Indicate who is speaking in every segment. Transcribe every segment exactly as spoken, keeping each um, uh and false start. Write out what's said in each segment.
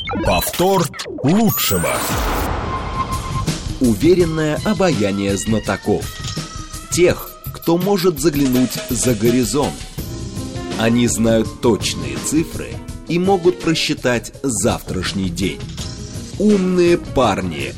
Speaker 1: Повтор лучшего. Уверенное обаяние знатоков. Тех, кто может заглянуть за горизонт. Они знают точные цифры и могут просчитать завтрашний день. Умные парни.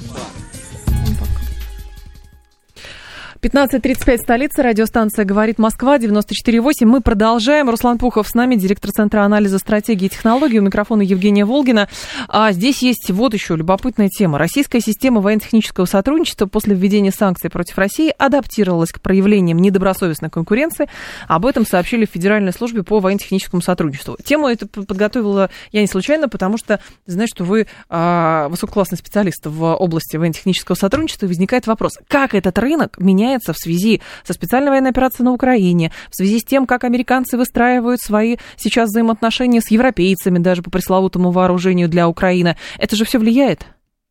Speaker 2: пятнадцать тридцать пять, столица, радиостанция «Говорит Москва», девяносто четыре восемь. Мы продолжаем. Руслан Пухов с нами, директор Центра анализа стратегии и технологий. У микрофона Евгения Волгина. А здесь есть вот еще любопытная тема. Российская система военно-технического сотрудничества после введения санкций против России адаптировалась к проявлениям недобросовестной конкуренции. Об этом сообщили в Федеральной службе по военно-техническому сотрудничеству. Тему эту подготовила я не случайно, потому что, знаешь, что вы а, высококлассный специалист в области военно-технического сотрудничества, и возникает вопрос, как этот рынок меняется в связи со специальной военной операцией на Украине, в связи с тем, как американцы выстраивают свои сейчас взаимоотношения с европейцами, даже по пресловутому вооружению для Украины. Это же все влияет?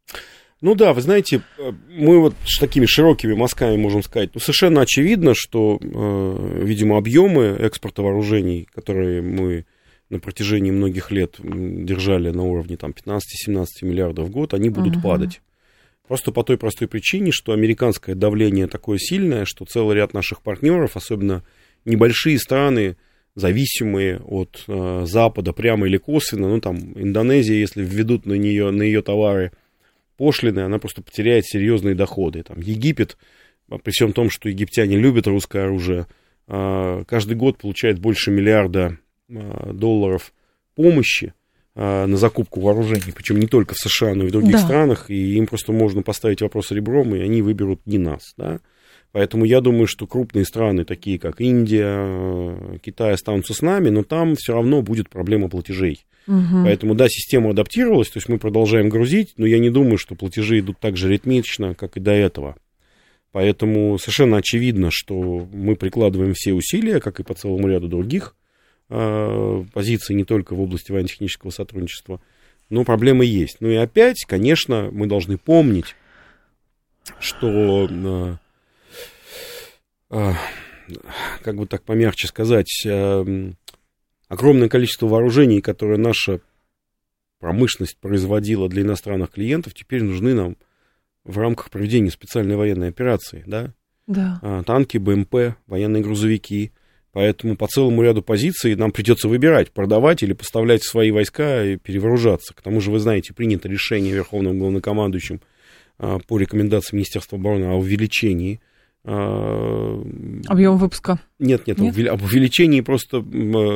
Speaker 3: Ну да, вы знаете, мы вот с такими широкими мазками можем сказать, ну, совершенно очевидно, что, э, видимо, объемы экспорта вооружений, которые мы на протяжении многих лет держали на уровне там, пятнадцать-семнадцать миллиардов в год, они будут uh-huh. падать. Просто по той простой причине, что американское давление такое сильное, что целый ряд наших партнеров, особенно небольшие страны, зависимые от э, Запада прямо или косвенно, ну там Индонезия, если введут на нее, на ее товары пошлины, она просто потеряет серьезные доходы. Там Египет, при всем том, что египтяне любят русское оружие, э, каждый год получает больше миллиарда э, долларов помощи на закупку вооружений, причем не только в США, но и в других да. странах, и им просто можно поставить вопрос ребром, и они выберут не нас, да. Поэтому я думаю, что крупные страны, такие как Индия, Китай, останутся с нами, но там все равно будет проблема платежей. Угу. Поэтому, да, система адаптировалась, то есть мы продолжаем грузить, но я не думаю, что платежи идут так же ритмично, как и до этого. Поэтому совершенно очевидно, что мы прикладываем все усилия, как и по целому ряду других позиции не только в области военно-технического сотрудничества, но проблемы есть. Ну и опять, конечно, мы должны помнить, что, э, э, как бы так помягче сказать, э, огромное количество вооружений, которые наша промышленность производила для иностранных клиентов, теперь нужны нам в рамках проведения специальной военной операции. Да?
Speaker 2: Да.
Speaker 3: Э, танки, БМП, военные грузовики. Поэтому по целому ряду позиций нам придется выбирать, продавать или поставлять свои войска и перевооружаться. К тому же, вы знаете, принято решение Верховным главнокомандующим а, по рекомендации Министерства обороны о увеличении... А,
Speaker 2: объема выпуска?
Speaker 3: Нет, нет, нет? об увеличении просто а,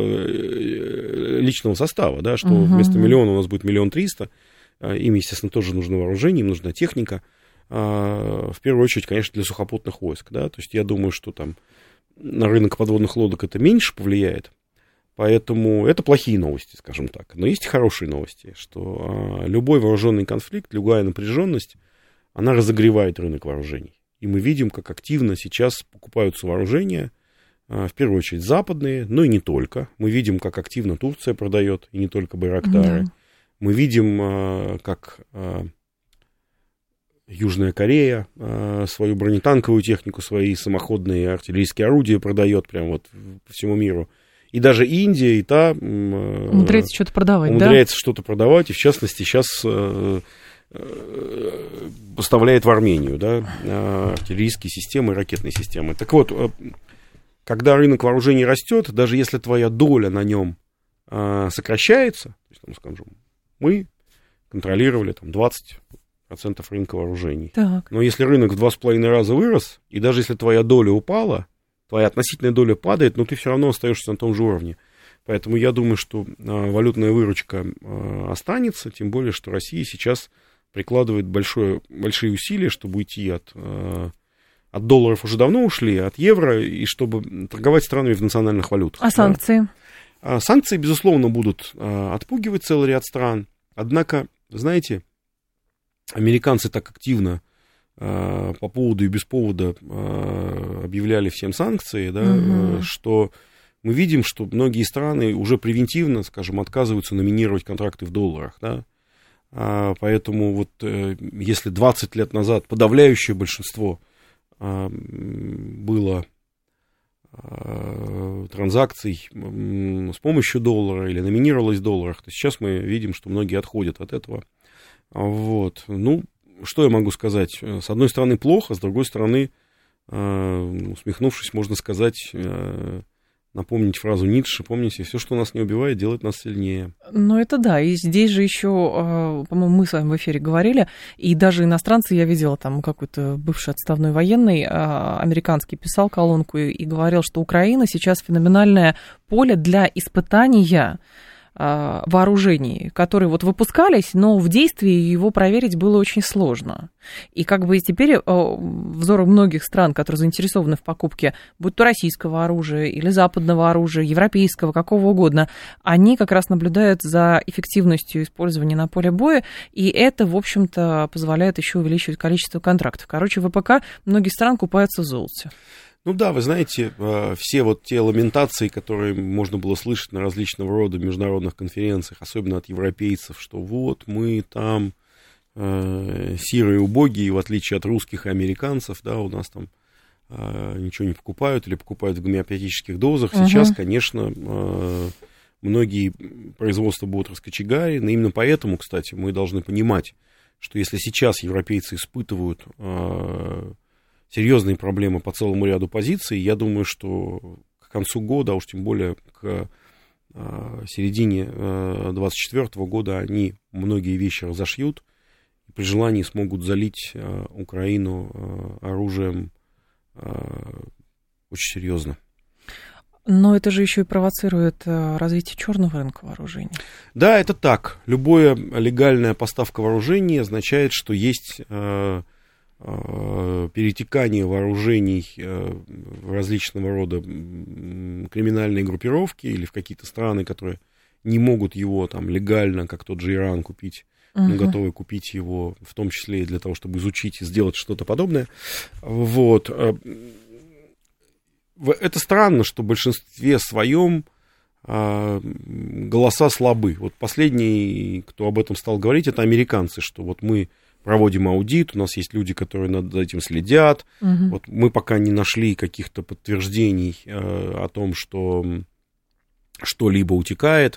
Speaker 3: личного состава, да, что угу. вместо миллиона у нас будет миллион триста. А, им, естественно, тоже нужно вооружение, им нужна техника. А, в первую очередь, конечно, для сухопутных войск. Да, то есть я думаю, что там... на рынок подводных лодок это меньше повлияет, поэтому это плохие новости, скажем так. Но есть и хорошие новости, что а, любой вооруженный конфликт, любая напряженность, она разогревает рынок вооружений. И мы видим, как активно сейчас покупаются вооружения, а, в первую очередь западные, но и не только. Мы видим, как активно Турция продает, и не только байрактары. Да. Мы видим, а, как... А, Южная Корея э, свою бронетанковую технику, свои самоходные артиллерийские орудия продает прямо вот по всему миру. И даже Индия, и та... Э,
Speaker 2: умудряется что-то продавать,
Speaker 3: умудряется
Speaker 2: да?
Speaker 3: что-то продавать, и в частности сейчас э, э, поставляет в Армению, да, артиллерийские системы и ракетные системы. Так вот, э, когда рынок вооружений растет, даже если твоя доля на нем э, сокращается, то есть, там, скажем, мы контролировали там двадцать процентов рынка вооружений.
Speaker 2: Так.
Speaker 3: Но если рынок в два с половиной раза вырос, и даже если твоя доля упала, твоя относительная доля падает, но ты все равно остаешься на том же уровне. Поэтому я думаю, что а, валютная выручка а, останется, тем более, что Россия сейчас прикладывает большое, большие усилия, чтобы уйти от, а, от долларов уже давно ушли, от евро, и чтобы торговать странами в национальных валютах.
Speaker 2: А санкции?
Speaker 3: А, санкции, безусловно, будут а, отпугивать целый ряд стран. Однако, знаете, американцы так активно э, по поводу и без повода э, объявляли всем санкции, да, mm-hmm. э, что мы видим, что многие страны уже превентивно, скажем, отказываются номинировать контракты в долларах. Да. А, поэтому вот э, если двадцать лет назад подавляющее большинство э, было транзакций с помощью доллара или номинировалось в долларах, то сейчас мы видим, что многие отходят от этого. Вот. Ну, что я могу сказать? С одной стороны, плохо, с другой стороны, усмехнувшись, можно сказать, напомнить фразу Ницше, помните, все, что нас не убивает, делает нас сильнее.
Speaker 2: Ну, это да, и здесь же еще, по-моему, мы с вами в эфире говорили, и даже иностранцы, я видела, там какой-то бывший отставной военный, американский, писал колонку и говорил, что Украина сейчас феноменальное поле для испытания вооружений, которые вот выпускались, но в действии его проверить было очень сложно. И как бы теперь взоры многих стран, которые заинтересованы в покупке, будь то российского оружия или западного оружия, европейского, какого угодно, они как раз наблюдают за эффективностью использования на поле боя, и это, в общем-то, позволяет еще увеличивать количество контрактов. Короче, в ВПК многие страны купаются в золоте.
Speaker 3: Ну да, вы знаете, все вот те ламентации, которые можно было слышать на различного рода международных конференциях, особенно от европейцев, что вот мы там э, сирые убогие, в отличие от русских и американцев, да, у нас там э, ничего не покупают или покупают в гомеопатических дозах. Сейчас, угу. конечно, э, многие производства будут раскочегарены. Именно поэтому, кстати, мы должны понимать, что если сейчас европейцы испытывают э, серьезные проблемы по целому ряду позиций, я думаю, что к концу года, а уж тем более к э, середине э, двадцать четвёртого года, они многие вещи разошьют и при желании смогут залить э, Украину э, оружием э, очень серьезно.
Speaker 2: Но это же еще и провоцирует развитие черного рынка вооружений.
Speaker 3: Да, это так. Любая легальная поставка вооружений означает, что есть э, перетекание вооружений в различного рода криминальные группировки или в какие-то страны, которые не могут его там легально, как тот же Иран, купить, uh-huh. но готовы купить его, в том числе и для того, чтобы изучить и сделать что-то подобное. Вот. Это странно, что в большинстве своем голоса слабы. Вот последний, кто об этом стал говорить, это американцы, что вот мы проводим аудит, у нас есть люди, которые над этим следят. Угу. Вот мы пока не нашли каких-то подтверждений э, о том, что что-либо утекает,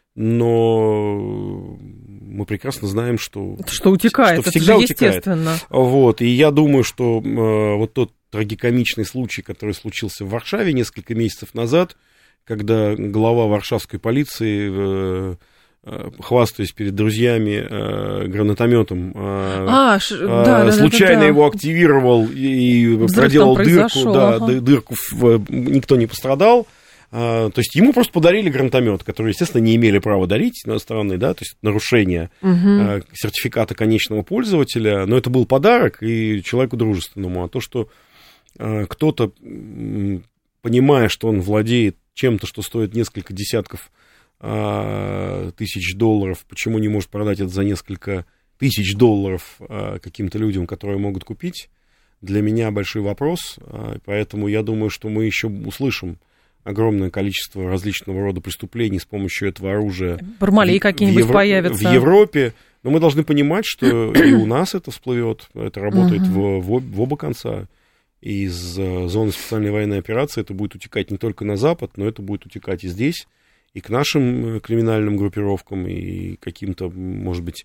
Speaker 3: но мы прекрасно знаем, что...
Speaker 2: Что утекает,
Speaker 3: что всегда
Speaker 2: это же
Speaker 3: утекает.
Speaker 2: Естественно.
Speaker 3: Вот, и я думаю, что э, вот тот трагикомичный случай, который случился в Варшаве несколько месяцев назад, когда глава варшавской полиции... Э, хвастаясь перед друзьями э, гранатометом, э, а, ш... э, да, случайно да, да, да. его активировал и Взрыв проделал дырку, да, ага. дырку, в, никто не пострадал. А, то есть ему просто подарили гранатомет, который, естественно, не имели права дарить иностранные, да, то есть нарушение угу. а, сертификата конечного пользователя, но это был подарок и человеку дружественному. А то, что а, кто-то, понимая, что он владеет чем-то, что стоит несколько десятков тысяч долларов, почему не может продать это за несколько тысяч долларов каким-то людям, которые могут купить, для меня большой вопрос, поэтому я думаю, что мы еще услышим огромное количество различного рода преступлений с помощью этого оружия.
Speaker 2: Бармалей какие-нибудь Евро... появятся.
Speaker 3: В Европе, но мы должны понимать, что и у нас это всплывет, это работает uh-huh. в, в, в оба конца. Из зоны специальной военной операции это будет утекать не только на Запад, но это будет утекать и здесь, и к нашим криминальным группировкам, и каким-то, может быть,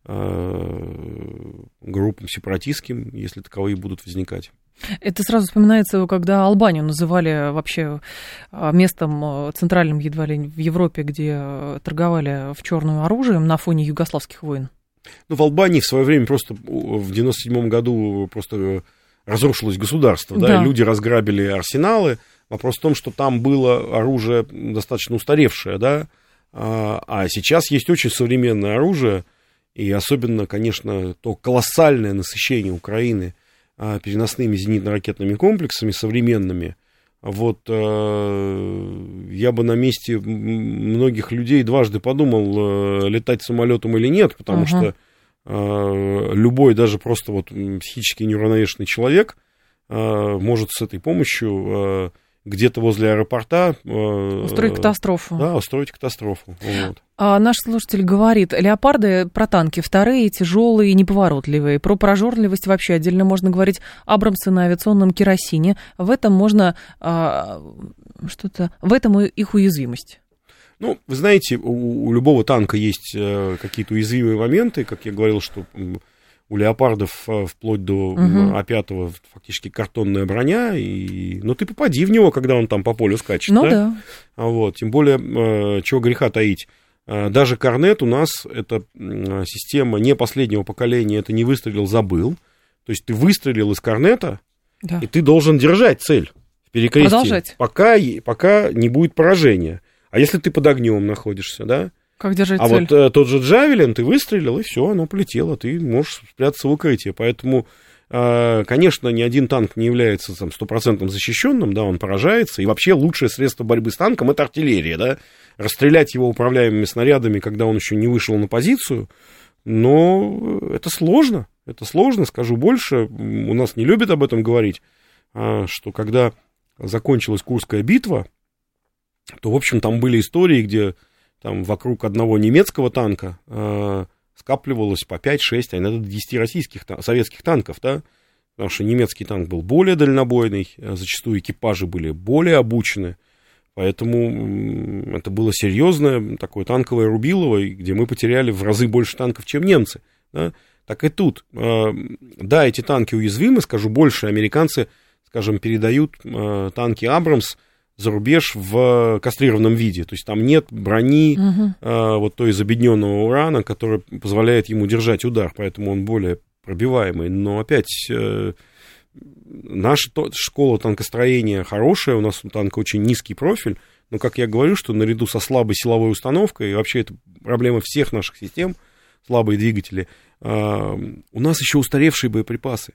Speaker 3: группам сепаратистским, если таковые будут возникать.
Speaker 2: Это сразу вспоминается, когда Албанию называли вообще местом центральным едва ли в Европе, где торговали в черную оружием на фоне югославских войн.
Speaker 3: Ну, в Албании в свое время просто в девяносто седьмом году просто разрушилось государство, да, да, и люди разграбили арсеналы. Вопрос в том, что там было оружие достаточно устаревшее, да, а сейчас есть очень современное оружие, и особенно, конечно, то колоссальное насыщение Украины переносными зенитно-ракетными комплексами современными. Вот я бы на месте многих людей дважды подумал, летать самолетом или нет, потому uh-huh. что любой, даже просто вот психически неуравновешенный человек может с этой помощью где-то возле аэропорта...
Speaker 2: Устроить катастрофу.
Speaker 3: Да, устроить катастрофу. Вот.
Speaker 2: А наш слушатель говорит, леопарды про танки вторые, тяжелые, неповоротливые. Про прожорливость вообще отдельно можно говорить. Абрамсы на авиационном керосине. В этом можно... А, что-то... В этом их уязвимость.
Speaker 3: Ну, вы знаете, у, у любого танка есть э, какие-то уязвимые моменты. Как я говорил, что... У леопардов вплоть до угу. А пять фактически картонная броня, и... но ты попади в него, когда он там по полю скачет.
Speaker 2: Ну
Speaker 3: да?
Speaker 2: да.
Speaker 3: Вот. Тем более, чего греха таить. Даже Корнет у нас, это система не последнего поколения, это не выстрелил, забыл. То есть ты выстрелил из Корнета, да. и ты должен держать цель в перекрестии, пока, пока не будет поражения. А если ты под огнем находишься, да?
Speaker 2: Как держать
Speaker 3: а
Speaker 2: цель?
Speaker 3: вот э, тот же Джавелин, ты выстрелил, и все, оно полетело, ты можешь спрятаться в укрытие. Поэтому, э, конечно, ни один танк не является там стопроцентно защищенным, да, он поражается. И вообще лучшее средство борьбы с танком — это артиллерия, да. Расстрелять его управляемыми снарядами, когда он еще не вышел на позицию, но это сложно, это сложно, скажу больше. У нас не любят об этом говорить, э, что когда закончилась Курская битва, то, в общем, там были истории, где... Там вокруг одного немецкого танка э, скапливалось по пять-шесть, а иногда до десяти российских, советских танков, да, потому что немецкий танк был более дальнобойный, зачастую экипажи были более обучены, поэтому это было серьезное такое танковое рубилово, где мы потеряли в разы больше танков, чем немцы, да? Так и тут. Э, да, эти танки уязвимы, скажу больше, американцы, скажем, передают э, танки Абрамс за рубеж в кастрированном виде. То есть там нет брони, uh-huh. э, вот той из обедненного урана, которая позволяет ему держать удар, поэтому он более пробиваемый. Но опять, э, наша то, школа танкостроения хорошая, у нас у танка очень низкий профиль, но, как я говорю, что наряду со слабой силовой установкой, и вообще это проблема всех наших систем, слабые двигатели, э, у нас еще устаревшие боеприпасы.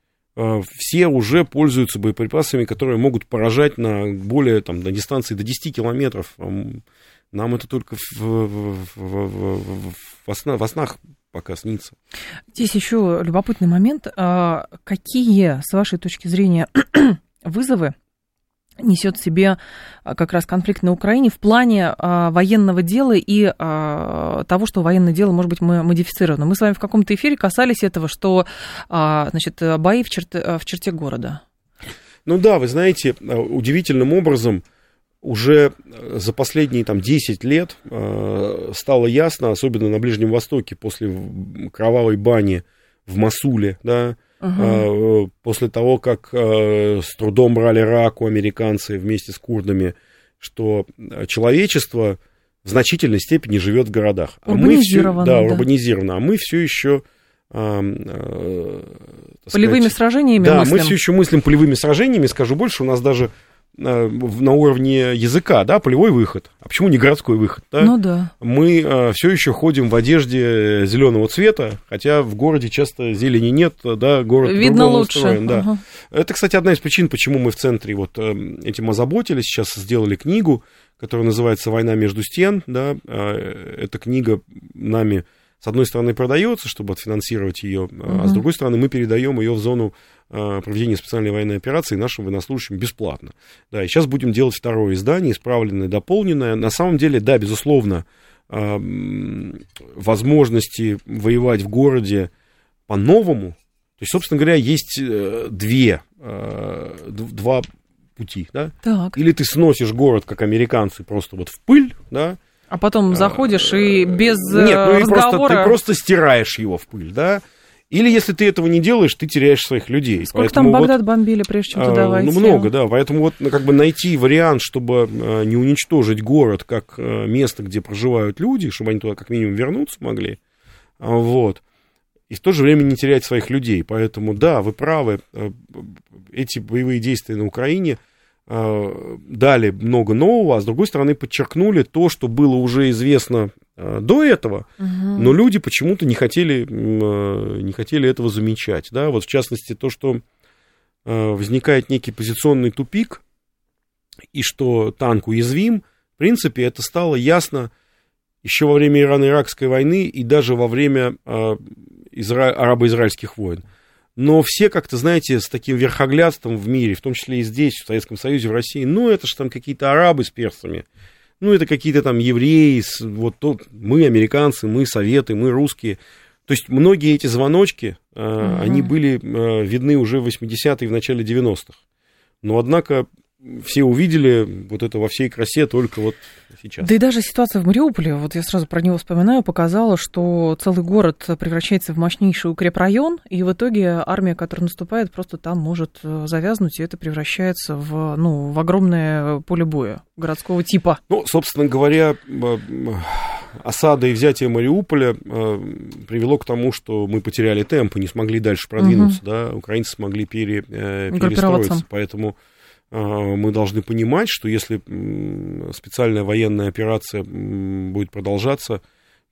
Speaker 3: Все уже пользуются боеприпасами, которые могут поражать на более, там, на дистанции до десяти километров. Нам это только в, в, в, в, во, снах, во снах пока снится.
Speaker 2: Здесь еще любопытный момент. Какие, с вашей точки зрения, вызовы несет в себе как раз конфликт на Украине в плане а, военного дела и а, того, что военное дело может быть модифицировано. Мы с вами в каком-то эфире касались этого, что а, значит, бои в черте, в черте города.
Speaker 3: Ну да, вы знаете, удивительным образом уже за последние там, десять лет а, стало ясно, особенно на Ближнем Востоке, после кровавой бани в Мосуле, да, Uh-huh. после того, как с трудом брали Раку американцы вместе с курдами, что человечество в значительной степени живет в городах.
Speaker 2: Урбанизировано.
Speaker 3: А мы все, да, да, урбанизировано. А мы все еще...
Speaker 2: Полевыми сказать, сражениями
Speaker 3: да,
Speaker 2: мыслим.
Speaker 3: мы все еще мыслим полевыми сражениями. Скажу больше, у нас даже на уровне языка, да, полевой выход. А почему не городской выход? Да?
Speaker 2: Ну да.
Speaker 3: Мы а, все еще ходим в одежде зеленого цвета, хотя в городе часто зелени нет, да, город
Speaker 2: видно лучше.
Speaker 3: Устроен, да.
Speaker 2: Ага.
Speaker 3: Это, кстати, одна из причин, почему мы в центре вот этим озаботились. Сейчас сделали книгу, которая называется «Война между стен». Да. Эта книга нами, с одной стороны, продается, чтобы отфинансировать ее, uh-huh. а с другой стороны, мы передаем ее в зону проведения специальной военной операции нашим военнослужащим бесплатно. Да, и сейчас будем делать второе издание, исправленное, дополненное. На самом деле, да, безусловно, возможности воевать в городе по-новому. То есть, собственно говоря, есть две, два пути. Да?
Speaker 2: Так.
Speaker 3: Или ты сносишь город, как американцы, просто вот в пыль, да,
Speaker 2: а потом заходишь и без
Speaker 3: Нет, ну
Speaker 2: разговора...
Speaker 3: Просто, ты просто стираешь его в пыль, да? Или если ты этого не делаешь, ты теряешь своих людей.
Speaker 2: Сколько поэтому там Багдад вот, бомбили, прежде чем туда войти?
Speaker 3: Ну, много, да. Поэтому вот как бы найти вариант, чтобы не уничтожить город как место, где проживают люди, чтобы они туда как минимум вернуться могли, вот. И в то же время не терять своих людей. Поэтому, да, вы правы, эти боевые действия на Украине дали много нового, а с другой стороны подчеркнули то, что было уже известно до этого, угу. но люди почему-то не хотели, не хотели этого замечать. Да? Вот в частности то, что возникает некий позиционный тупик, и что танк уязвим, в принципе, это стало ясно еще во время Ирано-Иракской войны и даже во время изра... арабо-израильских войн. но все как-то, знаете, с таким верхоглядством в мире, в том числе и здесь, в Советском Союзе, в России, ну, это же там какие-то арабы с персами, ну, это какие-то там евреи, вот то, мы американцы, мы советы, мы русские. То есть многие эти звоночки, uh-huh. они были видны уже в восьмидесятые, в начале девяностых. Но, однако, все увидели вот это во всей красе только вот сейчас.
Speaker 2: Да и даже ситуация в Мариуполе, вот я сразу про него вспоминаю, показала, что целый город превращается в мощнейший укрепрайон, и в итоге армия, которая наступает, просто там может завязнуть, и это превращается в, ну, в огромное поле боя городского типа.
Speaker 3: Ну, собственно говоря, осада и взятие Мариуполя привело к тому, что мы потеряли темп и не смогли дальше продвинуться, угу. да, украинцы смогли пере, перестроиться, поэтому мы должны понимать, что если специальная военная операция будет продолжаться,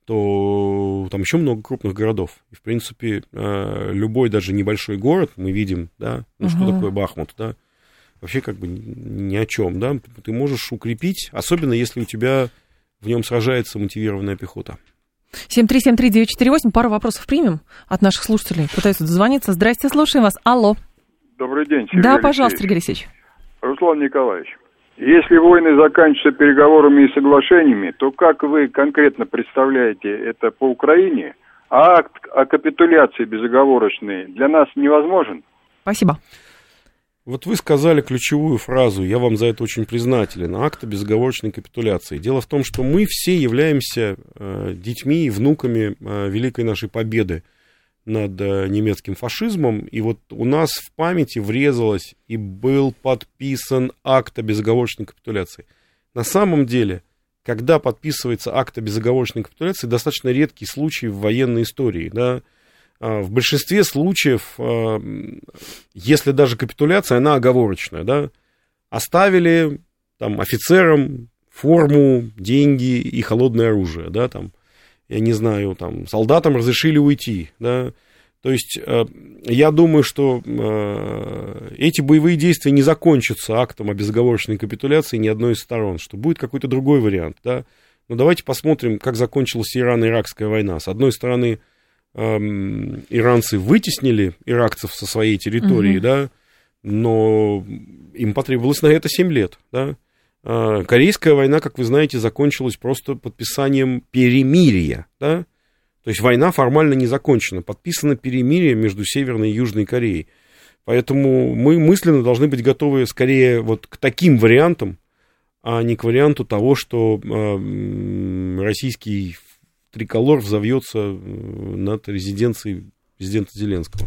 Speaker 3: то там еще много крупных городов. И, в принципе, любой даже небольшой город, мы видим, да, ну, угу. что такое Бахмут, да, вообще как бы ни о чем, да, ты можешь укрепить, особенно если у тебя в нем сражается мотивированная пехота.
Speaker 2: семь три семь три девять четыре восемь, пару вопросов примем от наших слушателей, пытаются дозвониться. Здрасте, слушаем вас. Алло.
Speaker 4: Добрый день, Сергей
Speaker 2: Да,
Speaker 4: Алексеевич.
Speaker 2: пожалуйста, Сергей Алексеевич.
Speaker 4: Руслан Николаевич, если войны заканчиваются переговорами и соглашениями, то как вы конкретно представляете это по Украине? А акт о капитуляции безоговорочной для нас невозможен?
Speaker 2: Спасибо.
Speaker 3: Вот вы сказали ключевую фразу, я вам за это очень признателен, акт о безоговорочной капитуляции. Дело в том, что мы все являемся э, детьми и внуками э, великой нашей победы над э, немецким фашизмом, и вот у нас в памяти врезалось и был подписан акт о безоговорочной капитуляции. На самом деле, когда подписывается акт о безоговорочной капитуляции, достаточно редкий случай в военной истории, да. В большинстве случаев, если даже капитуляция, она оговорочная, да, оставили там офицерам форму, деньги и холодное оружие, да, там, я не знаю, там, солдатам разрешили уйти, да, то есть я думаю, что эти боевые действия не закончатся актом о безоговорочной капитуляции ни одной из сторон, что будет какой-то другой вариант, да, но давайте посмотрим, как закончилась Ирано-Иракская война. С одной стороны, иранцы вытеснили иракцев со своей территории, угу. да, но им потребовалось на это семь лет, да. Корейская война, как вы знаете, закончилась просто подписанием перемирия, да, то есть война формально не закончена, подписано перемирие между Северной и Южной Кореей, поэтому мы мысленно должны быть готовы скорее вот к таким вариантам, а не к варианту того, что российский триколор взовьется над резиденцией президента Зеленского.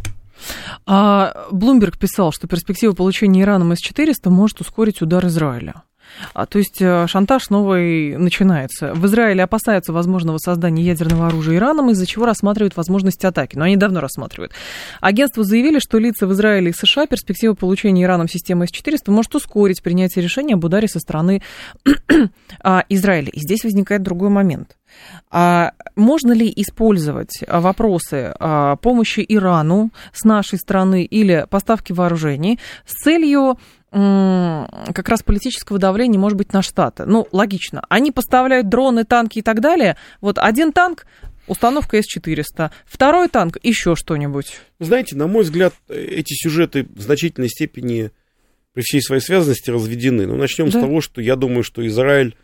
Speaker 2: А Блумберг писал, что перспектива получения Ираном эс четыреста может ускорить удар Израиля. А, то есть шантаж новый начинается. В Израиле опасаются возможного создания ядерного оружия Ираном, из-за чего рассматривают возможность атаки. Но они давно рассматривают. Агентства заявили, что лица в Израиле и США перспектива получения Ираном системы эс четыреста может ускорить принятие решения об ударе со стороны Израиля. И здесь возникает другой момент. А можно ли использовать вопросы помощи Ирану с нашей стороны или поставки вооружений с целью как раз политического давления, может быть, на Штаты? Ну, логично. Они поставляют дроны, танки и так далее. Вот один танк, установка эс четыреста, второй танк, еще что-нибудь.
Speaker 3: Знаете, на мой взгляд, эти сюжеты в значительной степени при всей своей связанности разведены. Но начнем да. с того, что я думаю, что Израиль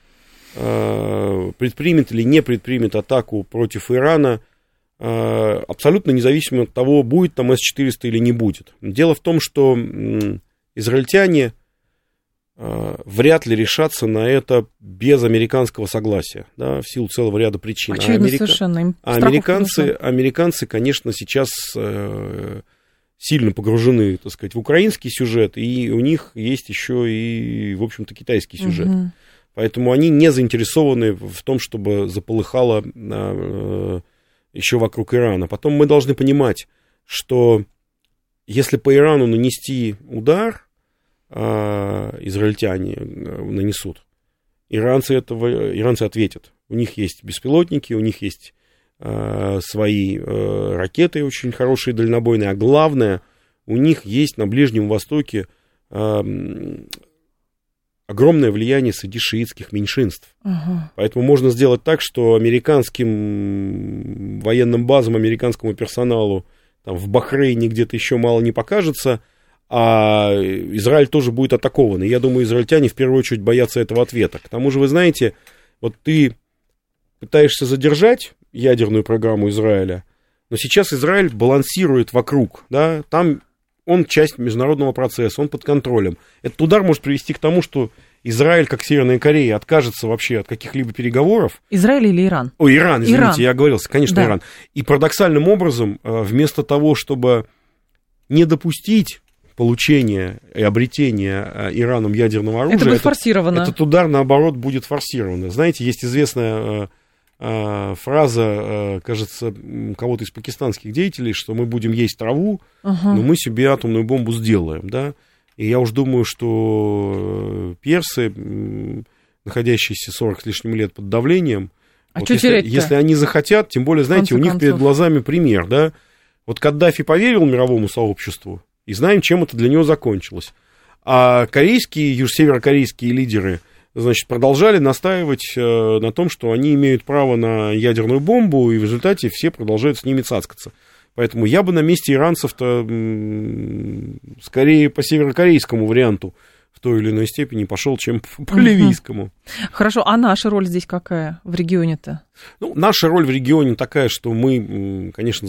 Speaker 3: предпримет или не предпримет атаку против Ирана абсолютно независимо от того, будет там эс четыреста или не будет. Дело в том, что израильтяне вряд ли решатся на это без американского согласия, да, в силу целого ряда причин.
Speaker 2: Очевидно, а Америка... совершенно.
Speaker 3: А американцы, американцы, конечно, сейчас сильно погружены, так сказать, в украинский сюжет, и у них есть еще и, в общем-то, китайский сюжет. Угу. Поэтому они не заинтересованы в том, чтобы заполыхало э, еще вокруг Ирана. Потом мы должны понимать, что если по Ирану нанести удар, э, израильтяне нанесут, иранцы, этого, иранцы ответят. У них есть беспилотники, у них есть э, свои э, ракеты очень хорошие, дальнобойные, а главное, у них есть на Ближнем Востоке э, огромное влияние среди шиитских меньшинств. Uh-huh. Поэтому можно сделать так, что американским военным базам, американскому персоналу там, в Бахрейне где-то еще мало не покажется, а Израиль тоже будет атакован. И я думаю, израильтяне в первую очередь боятся этого ответа. К тому же, вы знаете, вот ты пытаешься задержать ядерную программу Израиля, но сейчас Израиль балансирует вокруг, да, там он часть международного процесса, он под контролем. Этот удар может привести к тому, что Израиль, как Северная Корея, откажется вообще от каких-либо переговоров.
Speaker 2: Израиль или Иран?
Speaker 3: Ой, Иран, извините,
Speaker 2: Иран.
Speaker 3: я оговорился, конечно, да. Иран. И парадоксальным образом, вместо того, чтобы не допустить получения и обретения Ираном ядерного оружия,
Speaker 2: это будет
Speaker 3: этот,
Speaker 2: форсировано.
Speaker 3: Этот удар, наоборот, будет форсирован. Знаете, есть известная фраза, кажется, кого-то из пакистанских деятелей, что мы будем есть траву, ага. но мы себе атомную бомбу сделаем, да. И я уж думаю, что персы, находящиеся сорок с лишним лет под давлением,
Speaker 2: а
Speaker 3: вот если, если они захотят, тем более, знаете, у них концов. перед глазами пример, да. Вот Каддафи поверил мировому сообществу, и знаем, чем это для него закончилось. А корейские, северокорейские лидеры, значит, продолжали настаивать э, на том, что они имеют право на ядерную бомбу, и в результате все продолжают с ними цацкаться. Поэтому я бы на месте иранцев-то м- скорее по северокорейскому варианту в той или иной степени пошел, чем по ливийскому.
Speaker 2: Угу. Хорошо, а наша роль здесь какая в регионе-то?
Speaker 3: Ну, наша роль в регионе такая, что мы, конечно,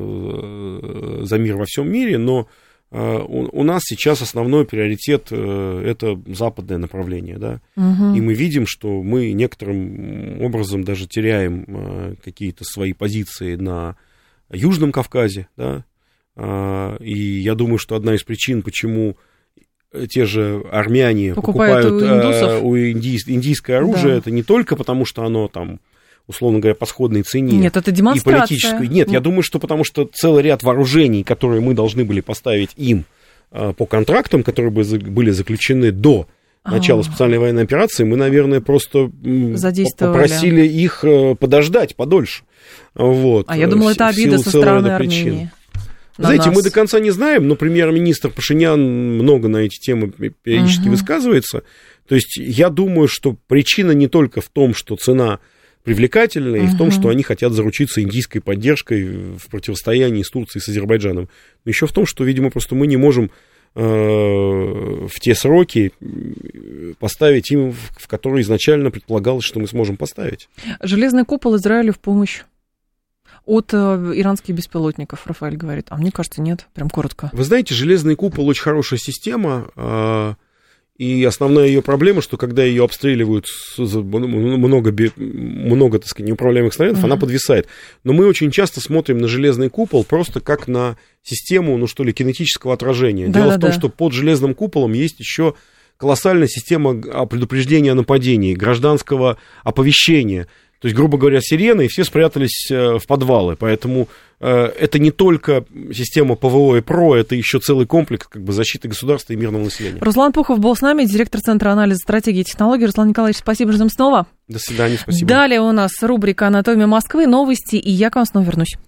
Speaker 3: за, за мир во всем мире, но у нас сейчас основной приоритет – это западное направление, да, угу. и мы видим, что мы некоторым образом даже теряем какие-то свои позиции на Южном Кавказе, да, и я думаю, что одна из причин, почему те же армяне покупают, покупают у, у индий, индийское оружие, да. это не только потому, что оно там, условно говоря, по сходной цене.
Speaker 2: Нет, это демонстрация.
Speaker 3: И политической. Нет, я думаю, что потому что целый ряд вооружений, которые мы должны были поставить им э, по контрактам, которые бы за, были заключены до начала А-а-а. специальной военной операции, мы, наверное, просто попросили их э, подождать подольше. Вот,
Speaker 2: а я думала, это обида со стороны Армении.
Speaker 3: Знаете,
Speaker 2: нас.
Speaker 3: мы до конца не знаем, но премьер-министр Пашинян много на эти темы периодически угу. высказывается. То есть я думаю, что причина не только в том, что цена привлекательная, uh-huh. и в том, что они хотят заручиться индийской поддержкой в противостоянии с Турцией и с Азербайджаном. Но еще в том, что, видимо, просто мы не можем э, в те сроки поставить им, в которые изначально предполагалось, что мы сможем поставить.
Speaker 2: Железный купол Израилю в помощь от э, иранских беспилотников, Рафаэль говорит. А мне кажется, нет, прям коротко.
Speaker 3: Вы знаете, железный купол очень хорошая система, э, и основная ее проблема, что когда ее обстреливают с много, много, так сказать, неуправляемых снарядов, uh-huh. она подвисает. Но мы очень часто смотрим на железный купол просто как на систему, ну что ли, кинетического отражения. Да, Дело да, в том, да. что под железным куполом есть еще колоссальная система предупреждения о нападении, гражданского оповещения. То есть, грубо говоря, сирены, и все спрятались в подвалы. Поэтому э, это не только система ПВО и ПРО, это еще целый комплекс как бы, защиты государства и мирного населения.
Speaker 2: Руслан Пухов был с нами, директор Центра анализа стратегии и технологий. Руслан Николаевич, спасибо, ждем снова.
Speaker 3: До свидания, спасибо.
Speaker 2: Далее у нас рубрика «Анатомия Москвы», новости, и я к вам снова вернусь.